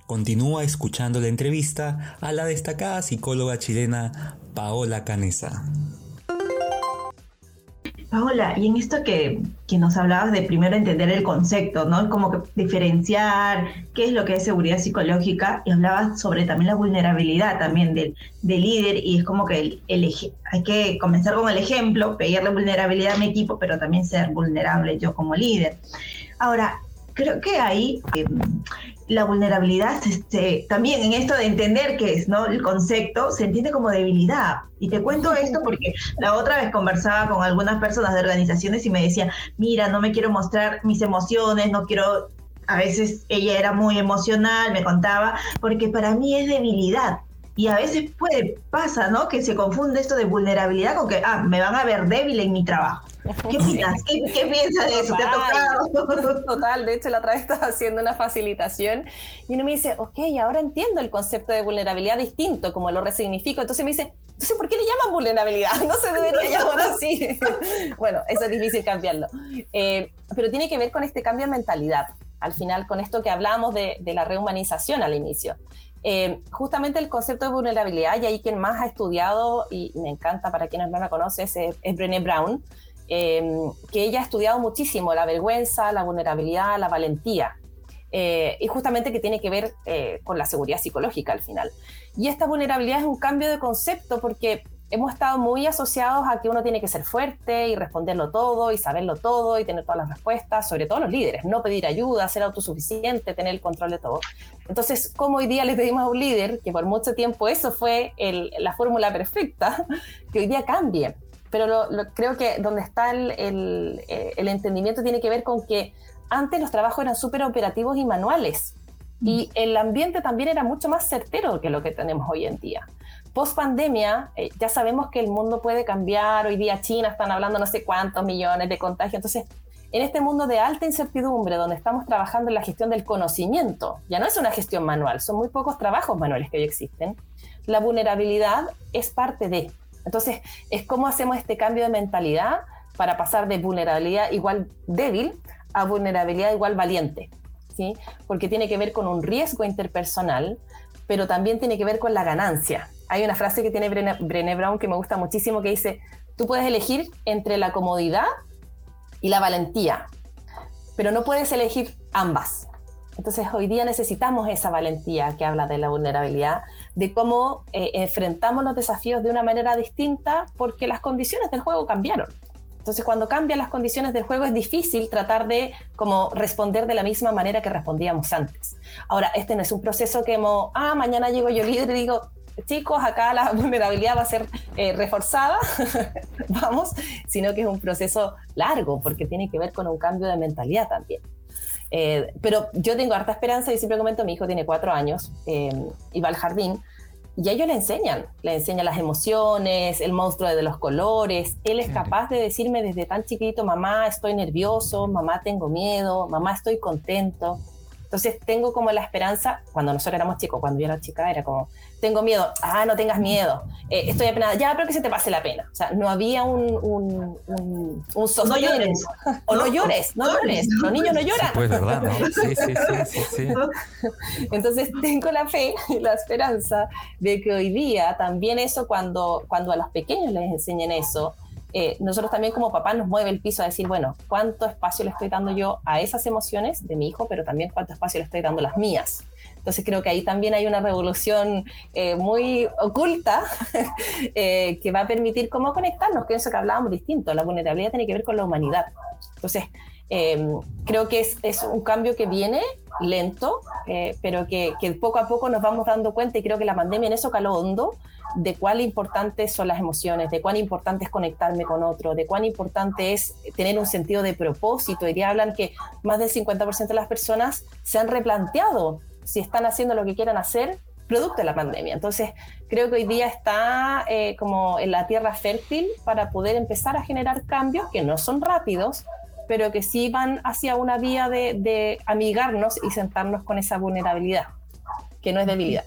Continúa escuchando la entrevista a la destacada psicóloga chilena Paola Canessa. Paola, y en esto que nos hablabas de primero entender el concepto, ¿no? Como que diferenciar qué es lo que es seguridad psicológica, y hablabas sobre también la vulnerabilidad también del líder, y es como que hay que comenzar con el ejemplo, pedirle vulnerabilidad a mi equipo, pero también ser vulnerable yo como líder. Ahora, creo que ahí la vulnerabilidad, también en esto de entender qué es, ¿no? El concepto se entiende como debilidad. Y te cuento esto porque la otra vez conversaba con algunas personas de organizaciones y me decía, mira, no me quiero mostrar mis emociones, no quiero... A veces ella era muy emocional, me contaba, porque para mí es debilidad. Y a veces pasa, ¿no? Que se confunde esto de vulnerabilidad con que, me van a ver débil en mi trabajo. ¿Qué opinas? ¿Qué piensas de eso? ¿Te ha tocado? Total, de hecho la otra vez estaba haciendo una facilitación y uno me dice, ok, ahora entiendo el concepto de vulnerabilidad distinto, como lo resignifico. Entonces me dice, entonces ¿por qué le llaman vulnerabilidad? No se debería llamar así. Bueno, eso es difícil cambiarlo. Pero tiene que ver con este cambio de mentalidad. Al final, con esto que hablábamos de la rehumanización al inicio. Justamente el concepto de vulnerabilidad, y ahí quien más ha estudiado, y me encanta para quienes no la conocen, es Brené Brown, que ella ha estudiado muchísimo la vergüenza, la vulnerabilidad, la valentía, y justamente que tiene que ver con la seguridad psicológica al final. Y esta vulnerabilidad es un cambio de concepto porque hemos estado muy asociados a que uno tiene que ser fuerte y responderlo todo y saberlo todo y tener todas las respuestas, sobre todo los líderes, no pedir ayuda, ser autosuficiente, tener el control de todo. Entonces, ¿cómo hoy día le pedimos a un líder, que por mucho tiempo eso fue la fórmula perfecta, que hoy día cambie? Pero creo que donde está el entendimiento tiene que ver con que antes los trabajos eran súper operativos y manuales, y el ambiente también era mucho más certero que lo que tenemos hoy en día. Post pandemia, ya sabemos que el mundo puede cambiar. Hoy día China están hablando no sé cuántos millones de contagios. Entonces, en este mundo de alta incertidumbre, donde estamos trabajando en la gestión del conocimiento, ya no es una gestión manual, son muy pocos trabajos manuales que hoy existen, la vulnerabilidad es parte de. Entonces, es cómo hacemos este cambio de mentalidad para pasar de vulnerabilidad igual débil a vulnerabilidad igual valiente, ¿sí? Porque tiene que ver con un riesgo interpersonal, pero también tiene que ver con la ganancia. Hay una frase que tiene Brené Brown que me gusta muchísimo, que dice, tú puedes elegir entre la comodidad y la valentía, pero no puedes elegir ambas. Entonces hoy día necesitamos esa valentía que habla de la vulnerabilidad, de cómo enfrentamos los desafíos de una manera distinta porque las condiciones del juego cambiaron. Entonces cuando cambian las condiciones del juego es difícil tratar de como responder de la misma manera que respondíamos antes. Ahora, este no es un proceso que mañana llego yo líder y digo, chicos, acá la vulnerabilidad va a ser reforzada, vamos, sino que es un proceso largo porque tiene que ver con un cambio de mentalidad también. Pero yo tengo harta esperanza y siempre comento, mi hijo tiene 4 años y va al jardín y a ellos le enseñan las emociones, el monstruo de los colores. Él es capaz de decirme desde tan chiquito, mamá, estoy nervioso, mamá, tengo miedo, mamá, estoy contento. Entonces tengo como la esperanza, cuando nosotros éramos chicos, cuando yo era chica era como, tengo miedo, no tengas miedo, estoy apenada, ya, pero que se te pase la pena. O sea, no había un sostén. No llores. O no llores, los niños no lloran. Pues verdad, ¿no? Sí. Entonces tengo la fe y la esperanza de que hoy día también eso, cuando a los pequeños les enseñen eso, nosotros también como papás nos mueve el piso a decir, bueno, ¿cuánto espacio le estoy dando yo a esas emociones de mi hijo, pero también cuánto espacio le estoy dando a las mías? Entonces creo que ahí también hay una revolución muy oculta que va a permitir cómo conectarnos, que eso que hablábamos distinto, la vulnerabilidad tiene que ver con la humanidad. Entonces creo que es un cambio que viene lento, pero que poco a poco nos vamos dando cuenta, y creo que la pandemia en eso caló hondo, de cuán importantes son las emociones, de cuán importante es conectarme con otro, de cuán importante es tener un sentido de propósito. Hoy día hablan que más del 50% de las personas se han replanteado si están haciendo lo que quieran hacer producto de la pandemia. Entonces creo que hoy día está como en la tierra fértil para poder empezar a generar cambios que no son rápidos, pero que sí van hacia una vía de amigarnos y sentarnos con esa vulnerabilidad, que no es debilidad.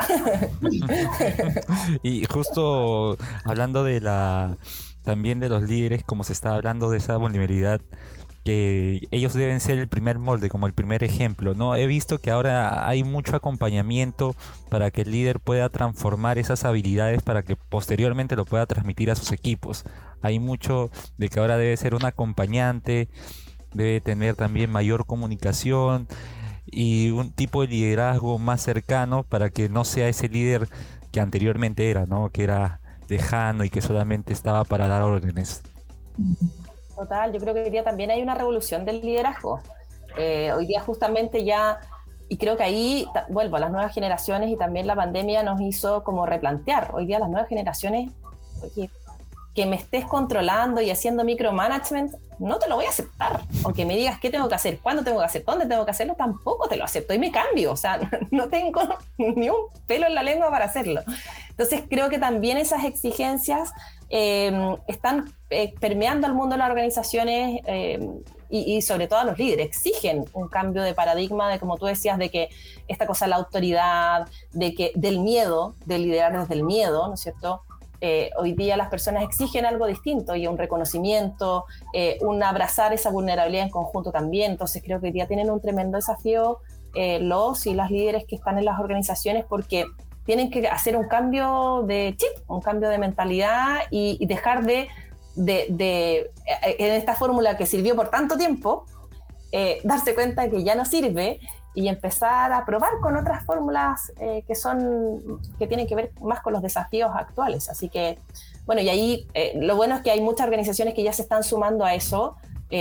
Y justo hablando también de los líderes, como se está hablando de esa vulnerabilidad que ellos deben ser el primer molde, como el primer ejemplo, ¿no? He visto que ahora hay mucho acompañamiento para que el líder pueda transformar esas habilidades para que posteriormente lo pueda transmitir a sus equipos. Hay mucho de que ahora debe ser un acompañante, debe tener también mayor comunicación y un tipo de liderazgo más cercano para que no sea ese líder que anteriormente era, ¿no? Que era lejano y que solamente estaba para dar órdenes. Total, yo creo que hoy día también hay una revolución del liderazgo. Hoy día justamente ya, y creo que ahí vuelvo a las nuevas generaciones, y también la pandemia nos hizo como replantear. Hoy día las nuevas generaciones, oye, que me estés controlando y haciendo micromanagement, no te lo voy a aceptar. O que me digas qué tengo que hacer, cuándo tengo que hacer, dónde tengo que hacerlo, tampoco te lo acepto. Y me cambio, o sea, no tengo ni un pelo en la lengua para hacerlo. Entonces creo que también esas exigencias están permeando al mundo de las organizaciones y sobre todo a los líderes. Exigen un cambio de paradigma de, como tú decías, de que esta cosa de la autoridad, de que del miedo, de liderar desde el miedo, ¿no es cierto? Hoy día las personas exigen algo distinto y un reconocimiento, un abrazar esa vulnerabilidad en conjunto también. Entonces creo que hoy día tienen un tremendo desafío los y las líderes que están en las organizaciones, porque tienen que hacer un cambio de chip, un cambio de mentalidad y dejar de en esta fórmula que sirvió por tanto tiempo, darse cuenta que ya no sirve y empezar a probar con otras fórmulas que tienen que ver más con los desafíos actuales. Así que, bueno, y ahí lo bueno es que hay muchas organizaciones que ya se están sumando a eso.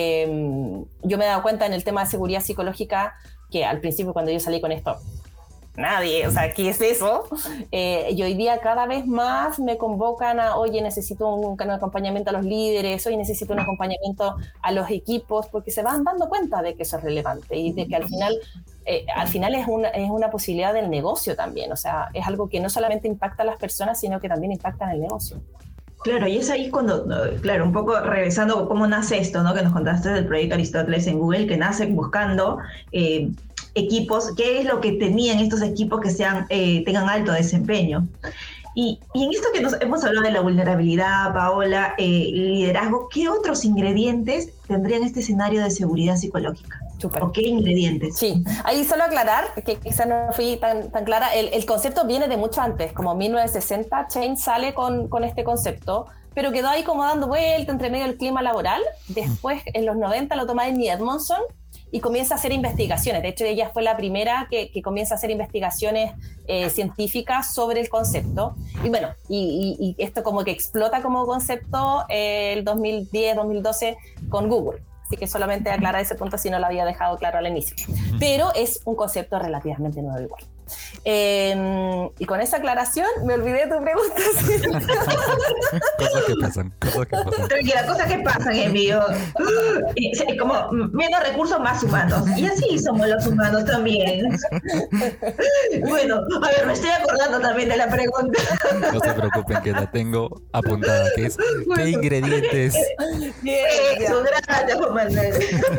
Yo me he dado cuenta en el tema de seguridad psicológica que al principio, cuando yo salí con esto, nadie, o sea, ¿qué es eso? Y hoy día cada vez más me convocan a, oye, necesito un acompañamiento a los líderes, oye, necesito un acompañamiento a los equipos, porque se van dando cuenta de que eso es relevante y de que al final es una posibilidad del negocio también, o sea, es algo que no solamente impacta a las personas, sino que también impacta en el negocio. Claro, y es ahí cuando, claro, un poco regresando cómo nace esto, ¿no? Que nos contaste del proyecto Aristóteles en Google, que nace buscando equipos, qué es lo que tenían estos equipos que tengan alto desempeño. Y en esto que hemos hablado de la vulnerabilidad, Paola, liderazgo, ¿qué otros ingredientes tendrían este escenario de seguridad psicológica? Super. ¿O qué ingredientes? Sí, ahí solo aclarar, que quizás no fui tan clara, el concepto viene de mucho antes, como 1960, Chain sale con este concepto, pero quedó ahí como dando vuelta entre medio del clima laboral. Después, en los 90, lo toma Amy Edmondson y comienza a hacer investigaciones. De hecho, ella fue la primera que comienza a hacer investigaciones científicas sobre el concepto. Y bueno, y esto como que explota como concepto el 2010, 2012 con Google. Así que solamente aclarar ese punto si no lo había dejado claro al inicio. Pero es un concepto relativamente nuevo igual. Y con esa aclaración me olvidé de tu pregunta. Cosas que pasan. Tranquila, cosas que pasan en vivo. Como menos recursos, más humanos. Y así somos los humanos también. Bueno, a ver, me estoy acordando también de la pregunta. No se preocupen, que la tengo apuntada, que es ¿qué ingredientes? Eso, gracias, Juan Manuel.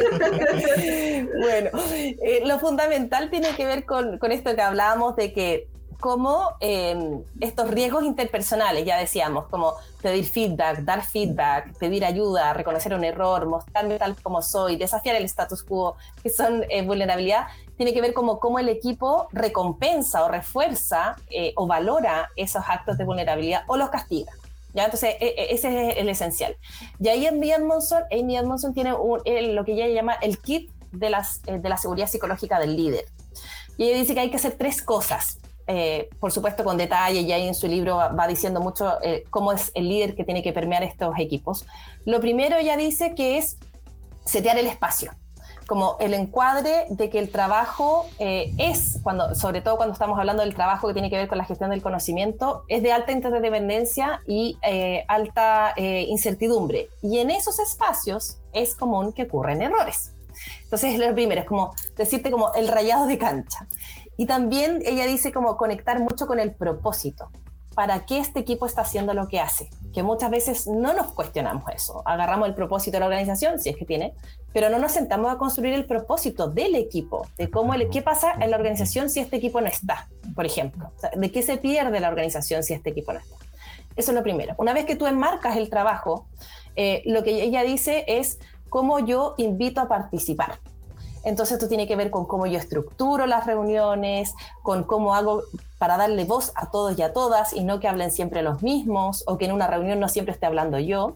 Bueno, lo fundamental tiene que ver con esto que hablábamos de que cómo estos riesgos interpersonales, ya decíamos, como pedir feedback, dar feedback, pedir ayuda, reconocer un error, mostrarme tal como soy, desafiar el status quo, que son vulnerabilidad, tiene que ver como cómo el equipo recompensa o refuerza o valora esos actos de vulnerabilidad o los castiga. ¿Ya? Entonces, ese es el esencial. Y ahí Amy Edmondson tiene lo que ella llama el kit de la seguridad psicológica del líder. Y ella dice que hay que hacer 3 cosas. Por supuesto con detalle, y ahí en su libro va diciendo mucho cómo es el líder que tiene que permear estos equipos. Lo primero, ella dice que es setear el espacio, como el encuadre de que el trabajo sobre todo cuando estamos hablando del trabajo que tiene que ver con la gestión del conocimiento, es de alta interdependencia y alta incertidumbre. Y en esos espacios es común que ocurren errores. Entonces, lo primero es como decirte como el rayado de cancha. Y también ella dice como conectar mucho con el propósito. ¿Para qué este equipo está haciendo lo que hace? Que muchas veces no nos cuestionamos eso. Agarramos el propósito de la organización, si es que tiene, pero no nos sentamos a construir el propósito del equipo, de qué pasa en la organización si este equipo no está, por ejemplo. O sea, ¿de qué se pierde la organización si este equipo no está? Eso es lo primero. Una vez que tú enmarcas el trabajo, lo que ella dice es cómo yo invito a participar. Entonces esto tiene que ver con cómo yo estructuro las reuniones, con cómo hago para darle voz a todos y a todas y no que hablen siempre los mismos o que en una reunión no siempre esté hablando yo.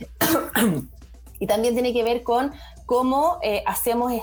Y también tiene que ver con cómo hacemos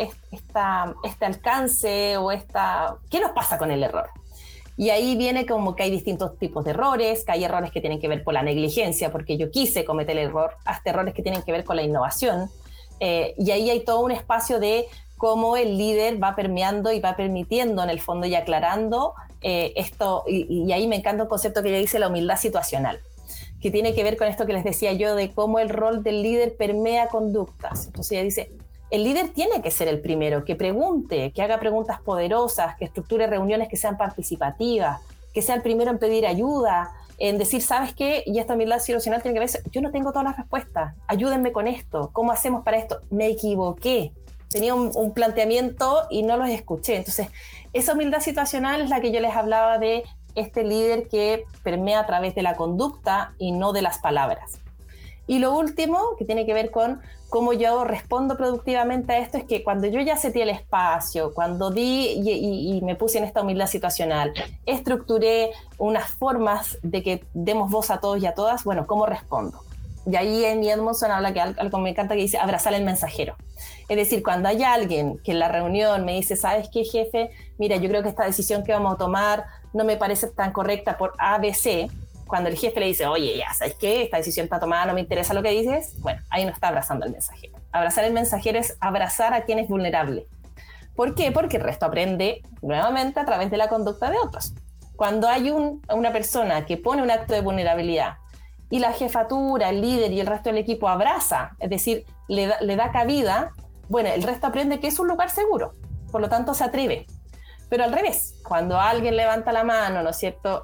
este alcance o ¿qué nos pasa con el error? Y ahí viene como que hay distintos tipos de errores, que hay errores que tienen que ver por la negligencia, porque yo quise cometer el error, hasta errores que tienen que ver con la innovación. Y ahí hay todo un espacio de cómo el líder va permeando y va permitiendo en el fondo y aclarando esto. Y ahí me encanta un concepto que ella dice, la humildad situacional, que tiene que ver con esto que les decía yo de cómo el rol del líder permea conductas. Entonces ella dice, el líder tiene que ser el primero, que pregunte, que haga preguntas poderosas, que estructure reuniones que sean participativas, que sea el primero en pedir ayuda, en decir, ¿sabes qué? Y esta humildad situacional tiene que ver, yo no tengo todas las respuestas, ayúdenme con esto, ¿cómo hacemos para esto? Me equivoqué, tenía un planteamiento y no los escuché. Entonces, esa humildad situacional es la que yo les hablaba de este líder que permea a través de la conducta y no de las palabras. Y lo último, que tiene que ver con cómo yo respondo productivamente a esto, es que cuando yo ya seteé el espacio, cuando di y me puse en esta humildad situacional, estructuré unas formas de que demos voz a todos y a todas, bueno, ¿cómo respondo? Y ahí Amy Edmondson habla que algo me encanta, que dice abrazar el mensajero. Es decir, cuando hay alguien que en la reunión me dice, ¿sabes qué, jefe? Mira, yo creo que esta decisión que vamos a tomar no me parece tan correcta por ABC. Cuando el jefe le dice, oye, ya, ¿sabes qué? Esta decisión está tomada, no me interesa lo que dices. Bueno, ahí no está abrazando al mensajero. Abrazar al mensajero es abrazar a quien es vulnerable. ¿Por qué? Porque el resto aprende nuevamente a través de la conducta de otros. Cuando hay una persona que pone un acto de vulnerabilidad y la jefatura, el líder y el resto del equipo abraza, es decir, le da cabida, bueno, el resto aprende que es un lugar seguro, por lo tanto se atreve. Pero al revés, cuando alguien levanta la mano, ¿no es cierto?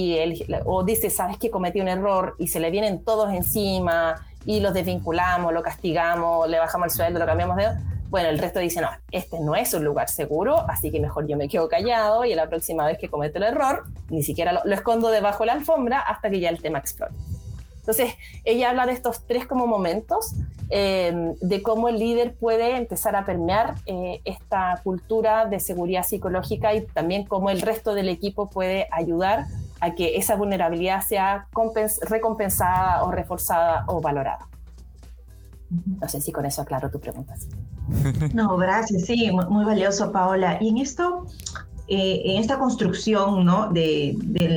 O dice, ¿sabes que cometí un error? Y se le vienen todos encima y los desvinculamos, lo castigamos, le bajamos el sueldo, lo cambiamos de... Bueno, el resto dice, no, este no es un lugar seguro, así que mejor yo me quedo callado y la próxima vez que cometo el error, ni siquiera lo escondo debajo de la alfombra hasta que ya el tema explote. Entonces, ella habla de estos tres como momentos de cómo el líder puede empezar a permear esta cultura de seguridad psicológica y también cómo el resto del equipo puede ayudar a que esa vulnerabilidad sea recompensada o reforzada o valorada. No sé si con eso aclaro tu pregunta. No, gracias, sí, muy valioso, Paola. Y en esto... en esta construcción, ¿no? de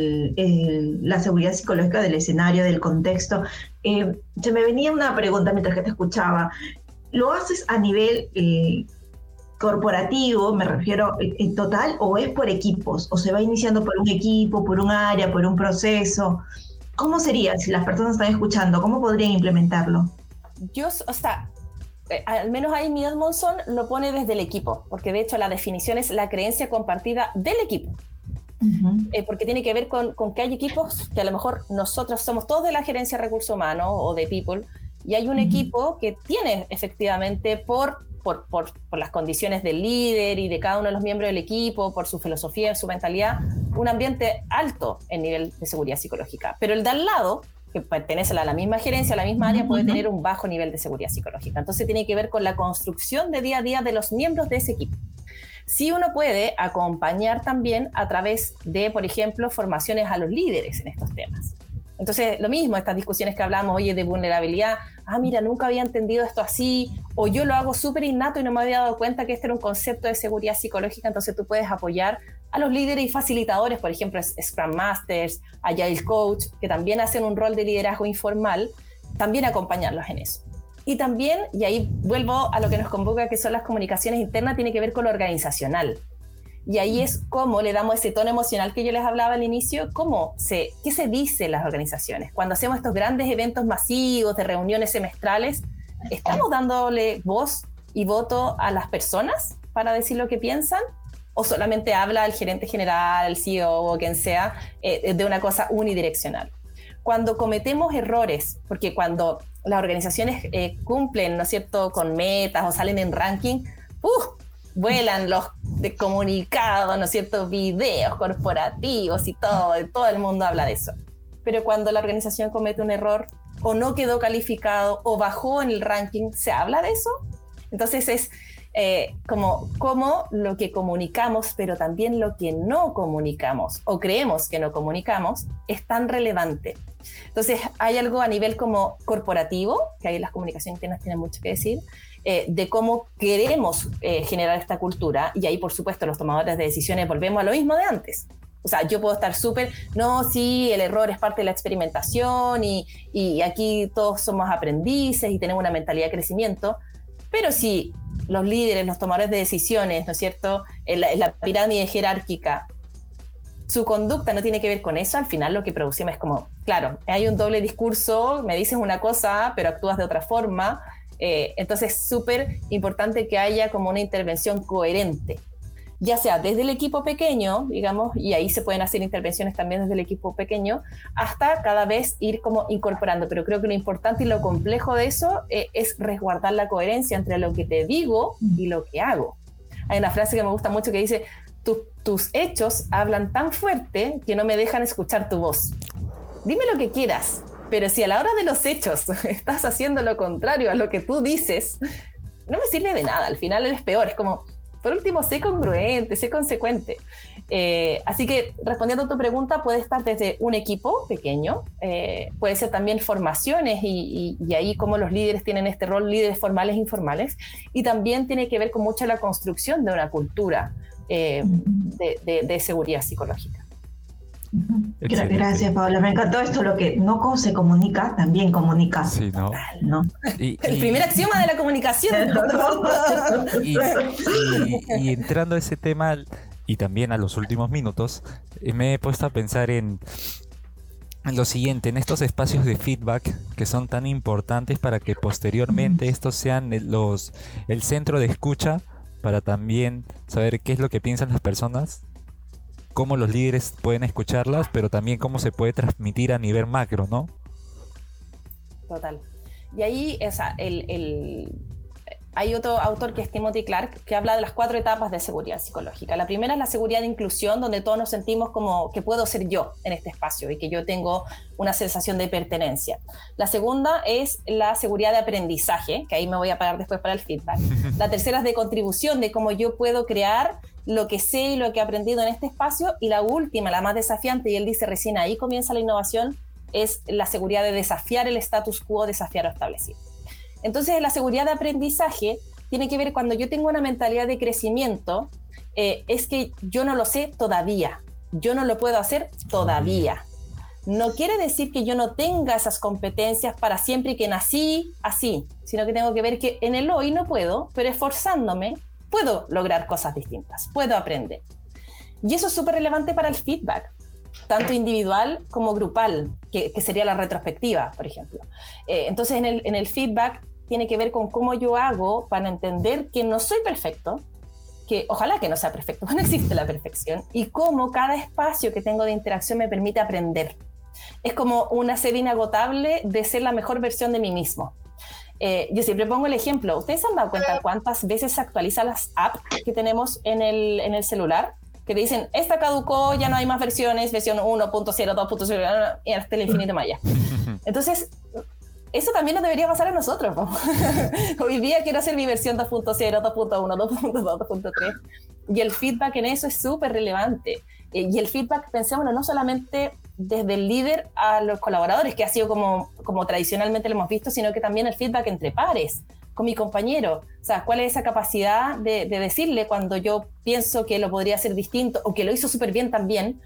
la seguridad psicológica del escenario, del contexto, se me venía una pregunta mientras que te escuchaba. ¿Lo haces a nivel corporativo, me refiero en total, o es por equipos? ¿O se va iniciando por un equipo, por un área, por un proceso? ¿Cómo sería si las personas están escuchando? ¿Cómo podrían implementarlo? Al menos ahí Amy Edmondson lo pone desde el equipo, porque de hecho la definición es la creencia compartida del equipo. Porque tiene que ver con que hay equipos que a lo mejor nosotros somos todos de la gerencia de recursos humanos o de people, y hay un equipo que tiene efectivamente por las condiciones del líder y de cada uno de los miembros del equipo, por su filosofía, su mentalidad, un ambiente alto en nivel de seguridad psicológica. Pero el de al lado, que pertenece a la misma gerencia, a la misma área, puede tener un bajo nivel de seguridad psicológica. Entonces tiene que ver con la construcción de día a día de los miembros de ese equipo. Sí, uno puede acompañar también a través de, por ejemplo, formaciones a los líderes en estos temas. Entonces, lo mismo, estas discusiones que hablamos, oye, de vulnerabilidad, mira, nunca había entendido esto así, o yo lo hago súper innato y no me había dado cuenta que este era un concepto de seguridad psicológica. Entonces tú puedes apoyar a los líderes y facilitadores, por ejemplo, Scrum Masters, Agile Coach, que también hacen un rol de liderazgo informal, también acompañarlos en eso. Y también, y ahí vuelvo a lo que nos convoca, que son las comunicaciones internas, tiene que ver con lo organizacional. Y ahí es cómo le damos ese tono emocional que yo les hablaba al inicio, qué se dice en las organizaciones. Cuando hacemos estos grandes eventos masivos de reuniones semestrales, ¿estamos dándole voz y voto a las personas para decir lo que piensan? ¿O solamente habla el gerente general, el CEO o quien sea de una cosa unidireccional? Cuando cometemos errores, porque cuando las organizaciones cumplen, ¿no es cierto?, con metas o salen en ranking, vuelan los comunicados, ¿no es cierto?, videos corporativos y todo el mundo habla de eso. Pero cuando la organización comete un error, o no quedó calificado, o bajó en el ranking, ¿se habla de eso? Entonces es como lo que comunicamos, pero también lo que no comunicamos, o creemos que no comunicamos, es tan relevante. Entonces hay algo a nivel como corporativo, que ahí las comunicaciones internas tienen mucho que decir, de cómo queremos generar esta cultura, y ahí por supuesto los tomadores de decisiones volvemos a lo mismo de antes. O sea, yo puedo estar súper, no, sí, el error es parte de la experimentación y aquí todos somos aprendices y tenemos una mentalidad de crecimiento, pero si los líderes, los tomadores de decisiones, ¿no es cierto?, en la pirámide jerárquica, su conducta no tiene que ver con eso, al final lo que producimos es como, claro, hay un doble discurso, me dices una cosa, pero actúas de otra forma, entonces es súper importante que haya como una intervención coherente, ya sea desde el equipo pequeño, digamos, y ahí se pueden hacer intervenciones también desde el equipo pequeño, hasta cada vez ir como incorporando. Pero creo que lo importante y lo complejo de eso es resguardar la coherencia entre lo que te digo y lo que hago. Hay una frase que me gusta mucho que dice, tus hechos hablan tan fuerte que no me dejan escuchar tu voz. Dime lo que quieras, pero si a la hora de los hechos estás haciendo lo contrario a lo que tú dices, no me sirve de nada, al final eres peor, es como... Por último, sé congruente, sé consecuente. Así que, respondiendo a tu pregunta, puede estar desde un equipo pequeño, puede ser también formaciones y ahí como los líderes tienen este rol, líderes formales e informales, y también tiene que ver con mucho la construcción de una cultura de seguridad psicológica. Gracias, Paola. Me encantó esto, lo que no se comunica, también comunica. Sí, ¿no? ¿No? El primer axioma de la comunicación. Y entrando a ese tema y también a los últimos minutos, me he puesto a pensar en lo siguiente, en estos espacios de feedback que son tan importantes para que posteriormente estos sean el centro de escucha para también saber qué es lo que piensan las personas, cómo los líderes pueden escucharlas, pero también cómo se puede transmitir a nivel macro, ¿no? Total. Y ahí, o sea, hay otro autor que es Timothy Clark, que habla de las 4 etapas de seguridad psicológica. La primera es la seguridad de inclusión, donde todos nos sentimos como que puedo ser yo en este espacio y que yo tengo una sensación de pertenencia. La segunda es la seguridad de aprendizaje, que ahí me voy a parar después para el feedback. La tercera es de contribución, de cómo yo puedo crear lo que sé y lo que he aprendido en este espacio. Y la última, la más desafiante, y él dice recién ahí comienza la innovación, es la seguridad de desafiar el status quo, desafiar lo establecido. Entonces, la seguridad de aprendizaje tiene que ver cuando yo tengo una mentalidad de crecimiento, es que yo no lo sé todavía, yo no lo puedo hacer todavía. No quiere decir que yo no tenga esas competencias para siempre y que nací así, sino que tengo que ver que en el hoy no puedo, pero esforzándome puedo lograr cosas distintas, puedo aprender. Y eso es súper relevante para el feedback, tanto individual como grupal, que sería la retrospectiva, por ejemplo. Entonces, en el feedback tiene que ver con cómo yo hago para entender que no soy perfecto, que ojalá que no sea perfecto, no existe la perfección, y cómo cada espacio que tengo de interacción me permite aprender. Es como una sed inagotable de ser la mejor versión de mí mismo. Yo siempre pongo el ejemplo, ¿ustedes se han dado cuenta cuántas veces se actualizan las apps que tenemos en el celular? Que te dicen, esta caducó, ya no hay más versiones, versión 1.0, 2.0, y hasta el infinito maya. Entonces, eso también nos debería pasar a nosotros, ¿no? Hoy día quiero hacer mi versión 2.0, 2.1, 2.2, 2.3, y el feedback en eso es súper relevante. Y el feedback, pensémoslo, no solamente desde el líder a los colaboradores, que ha sido como tradicionalmente lo hemos visto, sino que también el feedback entre pares, con mi compañero. O sea, ¿cuál es esa capacidad de decirle cuando yo pienso que lo podría hacer distinto o que lo hizo súper bien también?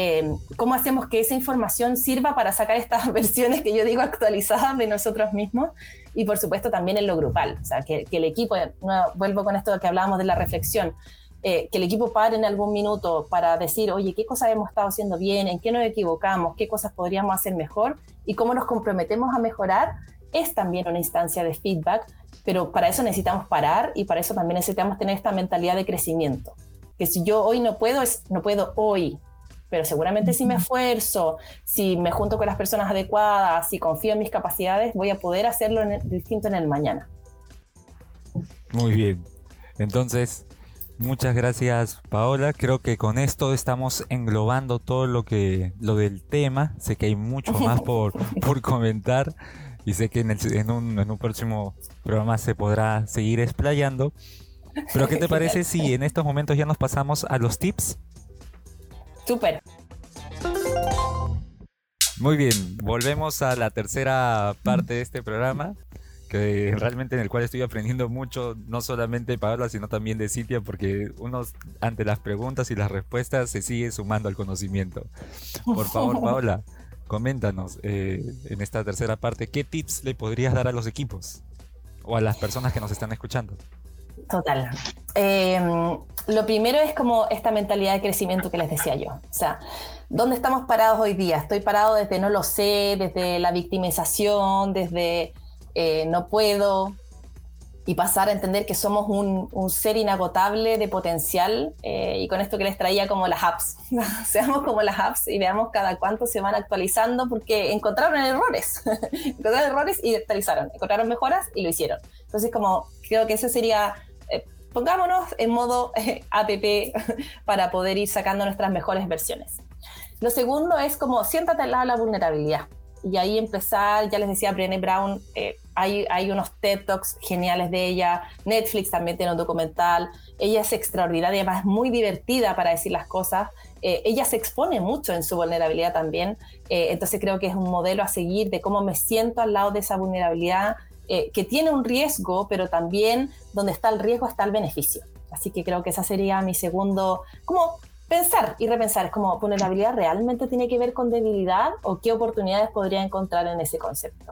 ¿Cómo hacemos que esa información sirva para sacar estas versiones que yo digo actualizadas de nosotros mismos? Y por supuesto también en lo grupal. O sea, que el equipo, vuelvo con esto que hablábamos de la reflexión, que el equipo pare en algún minuto para decir, oye, ¿qué cosas hemos estado haciendo bien? ¿En qué nos equivocamos? ¿Qué cosas podríamos hacer mejor? Y cómo nos comprometemos a mejorar es también una instancia de feedback, pero para eso necesitamos parar y para eso también necesitamos tener esta mentalidad de crecimiento. Que si yo hoy no puedo, no puedo hoy, pero seguramente si me esfuerzo, si me junto con las personas adecuadas, si confío en mis capacidades, voy a poder hacerlo distinto en el mañana. Muy bien. Entonces, Muchas gracias, Paola. Creo que con esto estamos englobando todo lo del tema. Sé que hay mucho más por comentar y sé que en un próximo programa se podrá seguir explayando. Pero ¿qué te parece si en estos momentos ya nos pasamos a los tips? Súper. Muy bien, volvemos a la tercera parte de este programa, que realmente en el cual estoy aprendiendo mucho, no solamente de Paola, sino también de Cintia, porque uno ante las preguntas y las respuestas se sigue sumando al conocimiento. Por favor, Paola, coméntanos en esta tercera parte, ¿qué tips le podrías dar a los equipos o a las personas que nos están escuchando? Total. Lo primero es como esta mentalidad de crecimiento que les decía yo. O sea, ¿dónde estamos parados hoy día? Estoy parado desde no lo sé, desde la victimización, desde no puedo, y pasar a entender que somos un ser inagotable de potencial, y con esto que les traía como las apps. Seamos como las apps y veamos cada cuánto se van actualizando, porque encontraron errores. Encontraron errores y actualizaron. Encontraron mejoras y lo hicieron. Entonces, como creo que eso sería... pongámonos en modo app para poder ir sacando nuestras mejores versiones. Lo segundo es como siéntate al lado de la vulnerabilidad. Y ahí empezar, ya les decía, Brené Brown, hay unos TED Talks geniales de ella, Netflix también tiene un documental, ella es extraordinaria, además es muy divertida para decir las cosas, ella se expone mucho en su vulnerabilidad también, entonces creo que es un modelo a seguir de cómo me siento al lado de esa vulnerabilidad, que tiene un riesgo, pero también donde está el riesgo está el beneficio. Así que creo que esa sería mi segundo, como pensar y repensar, es como vulnerabilidad realmente tiene que ver con debilidad o qué oportunidades podría encontrar en ese concepto.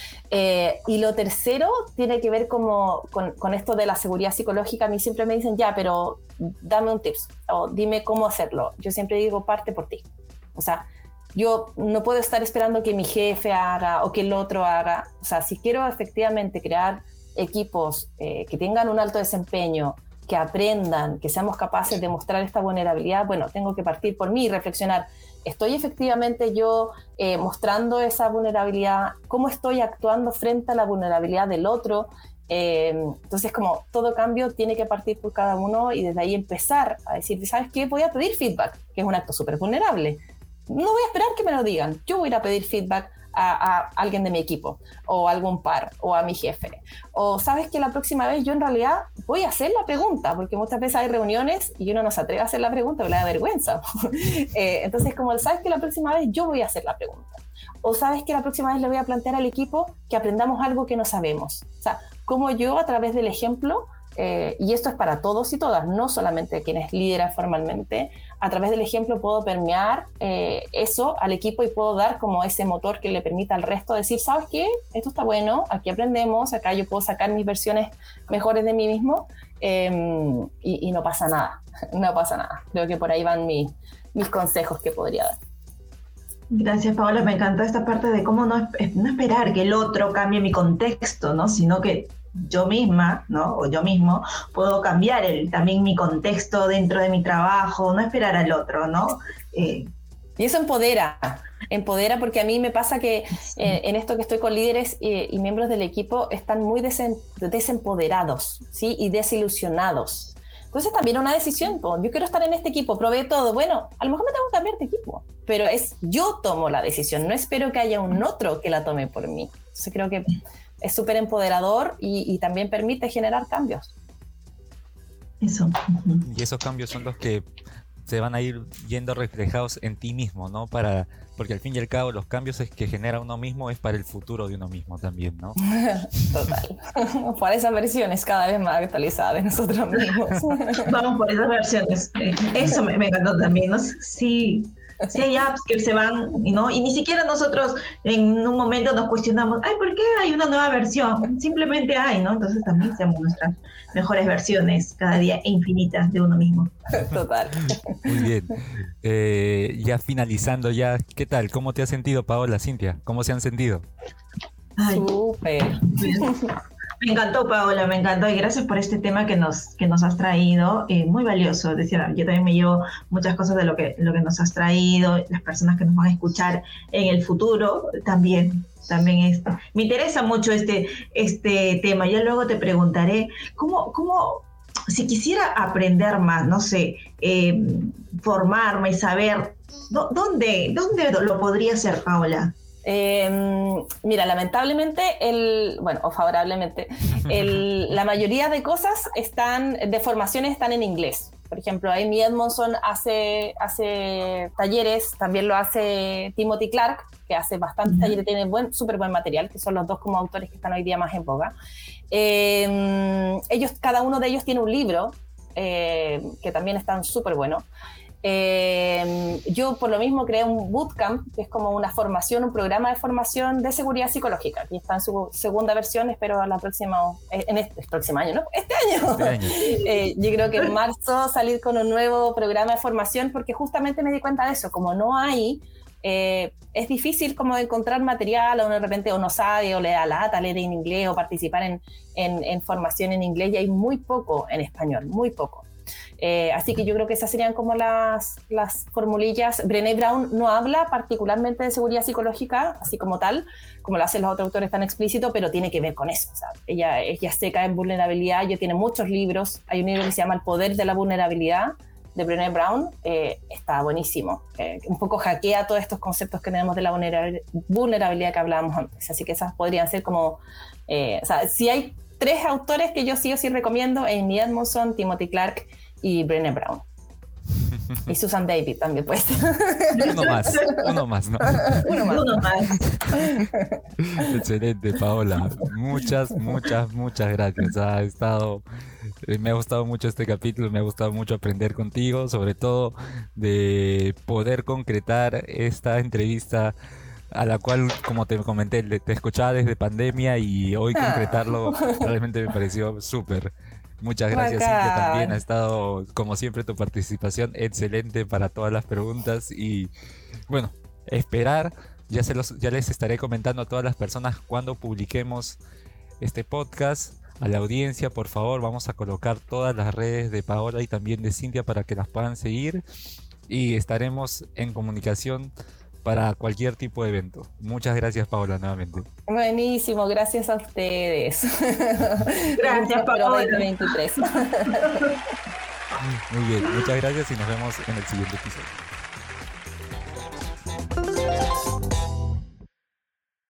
Y lo tercero tiene que ver como con esto de la seguridad psicológica. A mí siempre me dicen, ya, pero dame un tips o dime cómo hacerlo. Yo siempre digo, parte por ti. O sea, yo no puedo estar esperando que mi jefe haga o que el otro haga. O sea, si quiero efectivamente crear equipos que tengan un alto desempeño, que aprendan, que seamos capaces de mostrar esta vulnerabilidad, bueno, tengo que partir por mí y reflexionar, ¿estoy efectivamente yo mostrando esa vulnerabilidad? ¿Cómo estoy actuando frente a la vulnerabilidad del otro? Entonces, como todo cambio tiene que partir por cada uno y desde ahí empezar a decir, ¿sabes qué? Voy a pedir feedback, que es un acto súper vulnerable. No voy a esperar que me lo digan, yo voy a ir a pedir feedback a alguien de mi equipo, o a algún par, o a mi jefe. O sabes que la próxima vez yo en realidad voy a hacer la pregunta, porque muchas veces hay reuniones y uno no se atreve a hacer la pregunta, porque le da vergüenza. Entonces, como sabes que la próxima vez yo voy a hacer la pregunta. O sabes que la próxima vez le voy a plantear al equipo que aprendamos algo que no sabemos. O sea, como yo a través del ejemplo, y esto es para todos y todas, no solamente quienes lideran formalmente, a través del ejemplo puedo permear eso al equipo y puedo dar como ese motor que le permita al resto decir, ¿sabes qué? Esto está bueno, aquí aprendemos, acá yo puedo sacar mis versiones mejores de mí mismo, y no pasa nada, no pasa nada. Creo que por ahí van mis consejos que podría dar. Gracias, Paola. Me encantó esta parte de cómo no esperar que el otro cambie mi contexto, ¿no? Sino que yo misma, ¿no? O yo mismo puedo cambiar también mi contexto dentro de mi trabajo, no esperar al otro, ¿no? Y eso empodera porque a mí me pasa que en esto que estoy con líderes y miembros del equipo están muy desempoderados, ¿sí? Y desilusionados. Entonces también una decisión, yo quiero estar en este equipo, probé todo, bueno, a lo mejor me tengo que cambiar de equipo, pero yo tomo la decisión, no espero que haya un otro que la tome por mí. Entonces creo que es súper empoderador y también permite generar cambios. Eso. Y esos cambios son los que se van a ir yendo reflejados en ti mismo, ¿no? Porque al fin y al cabo los cambios que genera uno mismo es para el futuro de uno mismo también, ¿no? Total. Para esas versiones cada vez más actualizadas de nosotros mismos. Vamos por esas versiones. Eso me encantó también, ¿no? Sí. Sí hay apps que se van, ¿no? Y ni siquiera nosotros en un momento nos cuestionamos, ay, ¿por qué hay una nueva versión? Simplemente hay, ¿no? Entonces también seamos nuestras mejores versiones cada día e infinitas de uno mismo. Total. Muy bien. Ya finalizando ya, ¿qué tal? ¿Cómo te has sentido, Paola, Cintia? ¿Cómo se han sentido? Ay, súper. Me encantó, Paola, me encantó y gracias por este tema que nos has traído, muy valioso. Es decir, yo también me llevo muchas cosas de lo que nos has traído, las personas que nos van a escuchar en el futuro también me interesa mucho este tema. Yo luego te preguntaré, ¿cómo si quisiera aprender más, no sé, formarme, saber, ¿dónde lo podría hacer, Paola? Mira, lamentablemente, o favorablemente, la mayoría de cosas de formaciones están en inglés. Por ejemplo, Amy Edmondson hace talleres, también lo hace Timothy Clark, que hace bastantes talleres, tiene súper buen material, que son los dos como autores que están hoy día más en boga. Cada uno de ellos tiene un libro, que también están súper buenos. Yo por lo mismo creé un bootcamp, que es como una formación, un programa de formación de seguridad psicológica, y está en su segunda versión, espero el próximo año, ¿no? Este año. Yo creo que en marzo salir con un nuevo programa de formación, porque justamente me di cuenta de eso, como no hay, es difícil como encontrar material, o de repente o no sabe, o le da lata leer en inglés, o participar en formación en inglés, y hay muy poco en español, muy poco. Así que yo creo que esas serían como las formulillas. Brené Brown no habla particularmente de seguridad psicológica, así como tal, como lo hacen los otros autores tan explícito, pero tiene que ver con eso. O sea, ella seca en vulnerabilidad, ella tiene muchos libros. Hay un libro que se llama El poder de la vulnerabilidad, de Brené Brown, está buenísimo. Un poco hackea todos estos conceptos que tenemos de la vulnerabilidad que hablábamos antes. Así que esas podrían ser como... o sea, si hay 3 autores que yo sí o sí recomiendo: Amy Edmondson, Timothy Clark y Brené Brown. Y Susan David también, pues. Uno más, ¿no? Uno más. Excelente, Paola. Muchas gracias. Me ha gustado mucho este capítulo, me ha gustado mucho aprender contigo, sobre todo de poder concretar esta entrevista a la cual, como te comenté, te escuchaba desde pandemia, y hoy concretarlo realmente me pareció súper. Muchas gracias, Cintia, también ha estado, como siempre, tu participación excelente para todas las preguntas. Y bueno, esperar, ya les estaré comentando a todas las personas cuando publiquemos este podcast. A la audiencia, por favor, vamos a colocar todas las redes de Paola y también de Cintia para que las puedan seguir, y estaremos en comunicación para cualquier tipo de evento. Muchas gracias, Paola, nuevamente. Buenísimo, gracias a ustedes. Gracias, Paola. 2023. Muy bien, muchas gracias y nos vemos en el siguiente episodio.